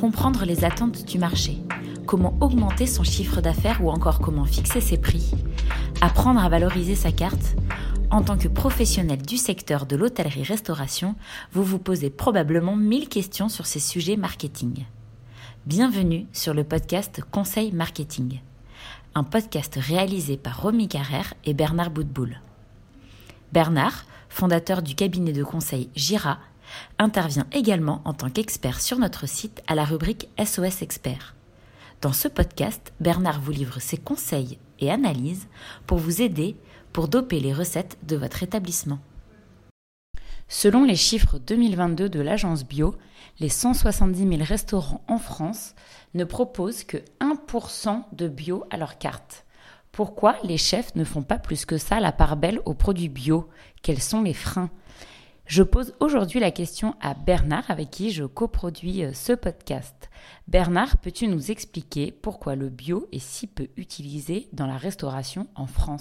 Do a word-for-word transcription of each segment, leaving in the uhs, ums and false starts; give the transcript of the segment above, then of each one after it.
comprendre les attentes du marché, comment augmenter son chiffre d'affaires ou encore comment fixer ses prix, apprendre à valoriser sa carte. En tant que professionnel du secteur de l'hôtellerie-restauration, vous vous posez probablement mille questions sur ces sujets marketing. Bienvenue sur le podcast Conseil Marketing, un podcast réalisé par Romy Carrère et Bernard Boutboul. Bernard, fondateur du cabinet de conseil Gira, intervient également en tant qu'expert sur notre site à la rubrique S O S Expert. Dans ce podcast, Bernard vous livre ses conseils et analyses pour vous aider pour doper les recettes de votre établissement. Selon les chiffres deux mille vingt-deux de l'agence Bio, les cent soixante-dix mille restaurants en France ne proposent que un pour cent de bio à leur carte. Pourquoi les chefs ne font pas plus que ça la part belle aux produits bio ? Quels sont les freins ? Je pose aujourd'hui la question à Bernard, avec qui je coproduis ce podcast. Bernard, peux-tu nous expliquer pourquoi le bio est si peu utilisé dans la restauration en France ?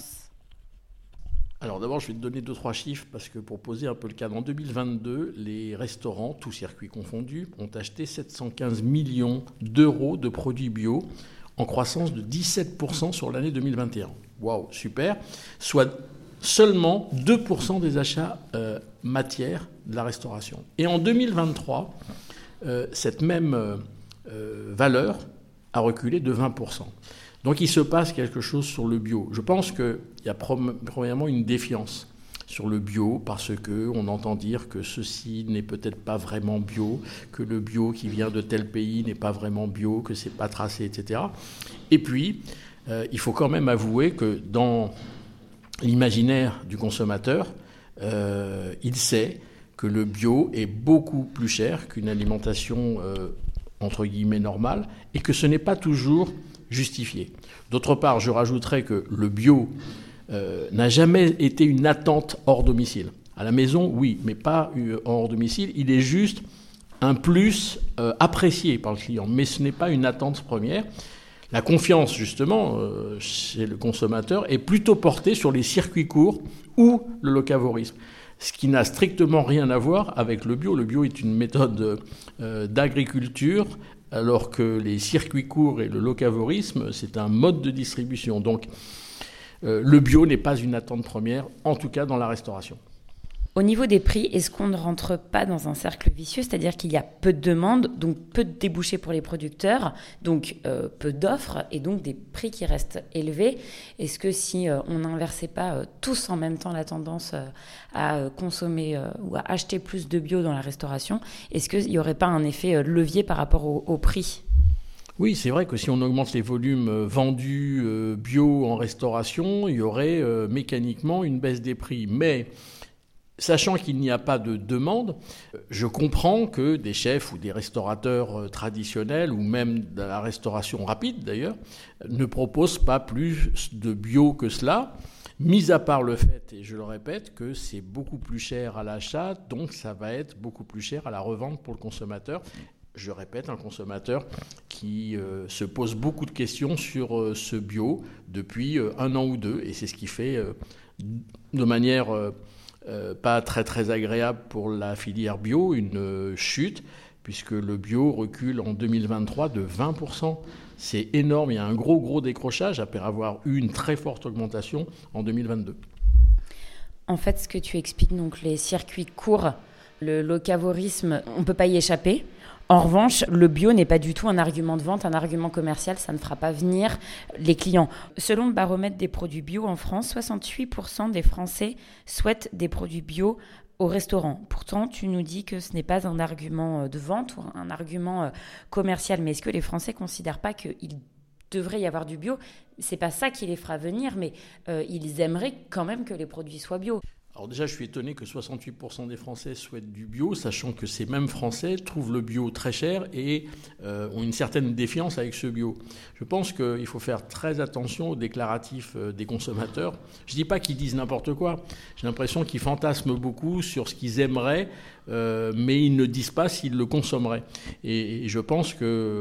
Alors d'abord, je vais te donner deux, trois chiffres, parce que pour poser un peu le cadre, en deux mille vingt-deux, les restaurants, tous circuits confondus, ont acheté sept cent quinze millions d'euros de produits bio, en croissance de dix-sept pour cent sur l'année deux mille vingt et un. Waouh, super. Soit seulement deux pour cent des achats euh, matières de la restauration. Et en deux mille vingt-trois, euh, cette même euh, euh, valeur a reculé de vingt pour cent. Donc il se passe quelque chose sur le bio. Je pense qu'il y a premièrement une défiance sur le bio, parce qu'on entend dire que ceci n'est peut-être pas vraiment bio, que le bio qui vient de tel pays n'est pas vraiment bio, que c'est pas tracé, et cetera. Et puis, euh, il faut quand même avouer que dans l'imaginaire du consommateur, euh, il sait que le bio est beaucoup plus cher qu'une alimentation euh, entre guillemets normale, et que ce n'est pas toujours justifié. D'autre part, je rajouterais que le bio euh, n'a jamais été une attente hors domicile. À la maison, oui, mais pas hors domicile. Il est juste un plus euh, apprécié par le client, mais ce n'est pas une attente première. La confiance, justement, euh, chez le consommateur est plutôt portée sur les circuits courts ou le locavorisme, ce qui n'a strictement rien à voir avec le bio. Le bio est une méthode euh, d'agriculture, alors que les circuits courts et le locavorisme, c'est un mode de distribution. Donc, euh, le bio n'est pas une attente première, en tout cas dans la restauration. Au niveau des prix, est-ce qu'on ne rentre pas dans un cercle vicieux ? C'est-à-dire qu'il y a peu de demandes, donc peu de débouchés pour les producteurs, donc euh, peu d'offres et donc des prix qui restent élevés. Est-ce que si euh, on n'inversait pas euh, tous en même temps la tendance euh, à euh, consommer euh, ou à acheter plus de bio dans la restauration, est-ce qu'il n'y aurait pas un effet euh, levier par rapport au, au prix ? Oui, c'est vrai que si on augmente les volumes vendus euh, bio en restauration, il y aurait euh, mécaniquement une baisse des prix. Mais sachant qu'il n'y a pas de demande, je comprends que des chefs ou des restaurateurs traditionnels, ou même de la restauration rapide d'ailleurs, ne proposent pas plus de bio que cela, mis à part le fait, et je le répète, que c'est beaucoup plus cher à l'achat, donc ça va être beaucoup plus cher à la revente pour le consommateur. Je répète, un consommateur qui euh, se pose beaucoup de questions sur euh, ce bio depuis euh, un an ou deux, et c'est ce qui fait euh, de manière euh, euh, pas très très agréable pour la filière bio une euh, chute, puisque le bio recule en deux mille vingt-trois de vingt pour cent. C'est énorme, il y a un gros gros décrochage après avoir eu une très forte augmentation en deux mille vingt-deux. En fait, ce que tu expliques, donc les circuits courts, le locavorisme, on ne peut pas y échapper. En revanche, le bio n'est pas du tout un argument de vente, un argument commercial, ça ne fera pas venir les clients. Selon le baromètre des produits bio en France, soixante-huit pour cent des Français souhaitent des produits bio au restaurant. Pourtant, tu nous dis que ce n'est pas un argument de vente ou un argument commercial, mais est-ce que les Français ne considèrent pas qu'il devrait y avoir du bio ? C'est pas ça qui les fera venir, mais euh, ils aimeraient quand même que les produits soient bio. Alors déjà, je suis étonné que soixante-huit pour cent des Français souhaitent du bio, sachant que ces mêmes Français trouvent le bio très cher et euh, ont une certaine défiance avec ce bio. Je pense qu'il faut faire très attention aux déclaratifs euh, des consommateurs. Je ne dis pas qu'ils disent n'importe quoi. J'ai l'impression qu'ils fantasment beaucoup sur ce qu'ils aimeraient, euh, mais ils ne disent pas s'ils le consommeraient. Et, et je pense que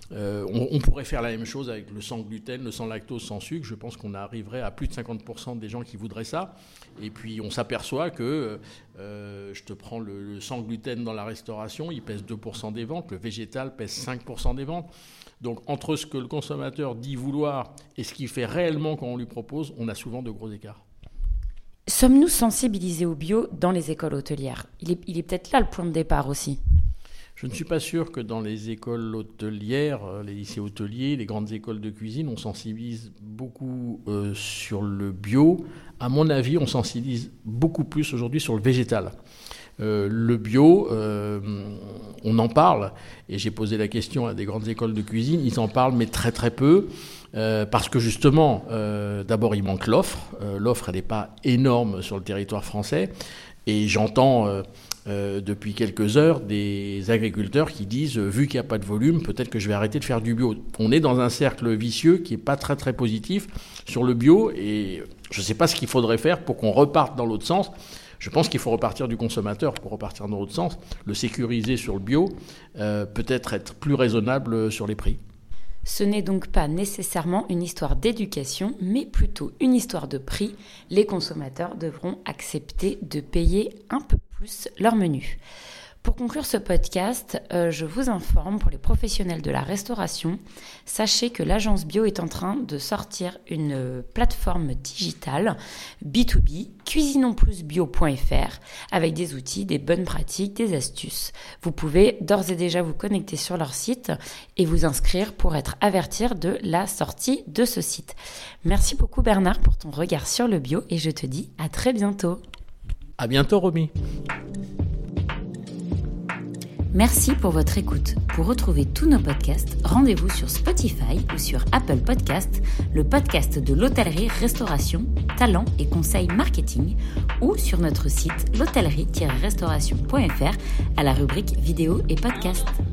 Euh, on, on pourrait faire la même chose avec le sans gluten, le sans lactose, sans sucre. Je pense qu'on arriverait à plus de cinquante pour cent des gens qui voudraient ça. Et puis on s'aperçoit que, euh, je te prends le, le sans gluten dans la restauration, il pèse deux pour cent des ventes, le végétal pèse cinq pour cent des ventes. Donc entre ce que le consommateur dit vouloir et ce qu'il fait réellement quand on lui propose, on a souvent de gros écarts. Sommes-nous sensibilisés au bio dans les écoles hôtelières ? Il est, il est peut-être là le point de départ aussi. Je ne suis pas sûr que dans les écoles hôtelières, les lycées hôteliers, les grandes écoles de cuisine, on sensibilise beaucoup euh, sur le bio. À mon avis, on sensibilise beaucoup plus aujourd'hui sur le végétal. Euh, le bio, euh, on en parle, et j'ai posé la question à des grandes écoles de cuisine, ils en parlent mais très très peu, euh, parce que justement, euh, d'abord il manque l'offre, euh, l'offre elle n'est pas énorme sur le territoire français, et j'entends euh, euh, depuis quelques heures des agriculteurs qui disent, euh, vu qu'il n'y a pas de volume, peut-être que je vais arrêter de faire du bio. On est dans un cercle vicieux qui n'est pas très très positif sur le bio, et je ne sais pas ce qu'il faudrait faire pour qu'on reparte dans l'autre sens. Je pense qu'il faut repartir du consommateur pour repartir dans l'autre sens, le sécuriser sur le bio, euh, peut-être être plus raisonnable sur les prix. Ce n'est donc pas nécessairement une histoire d'éducation, mais plutôt une histoire de prix. Les consommateurs devront accepter de payer un peu plus leur menu. Pour conclure ce podcast, euh, je vous informe pour les professionnels de la restauration, sachez que l'agence bio est en train de sortir une euh, plateforme digitale B deux B, cuisinons plus bio point f r, avec des outils, des bonnes pratiques, des astuces. Vous pouvez d'ores et déjà vous connecter sur leur site et vous inscrire pour être averti de la sortie de ce site. Merci beaucoup Bernard pour ton regard sur le bio et je te dis à très bientôt. À bientôt Romy. Merci pour votre écoute. Pour retrouver tous nos podcasts, rendez-vous sur Spotify ou sur Apple Podcasts, le podcast de l'hôtellerie, restauration, talent et conseils marketing, ou sur notre site l'hôtellerie tiret restauration point f r à la rubrique vidéo et podcasts.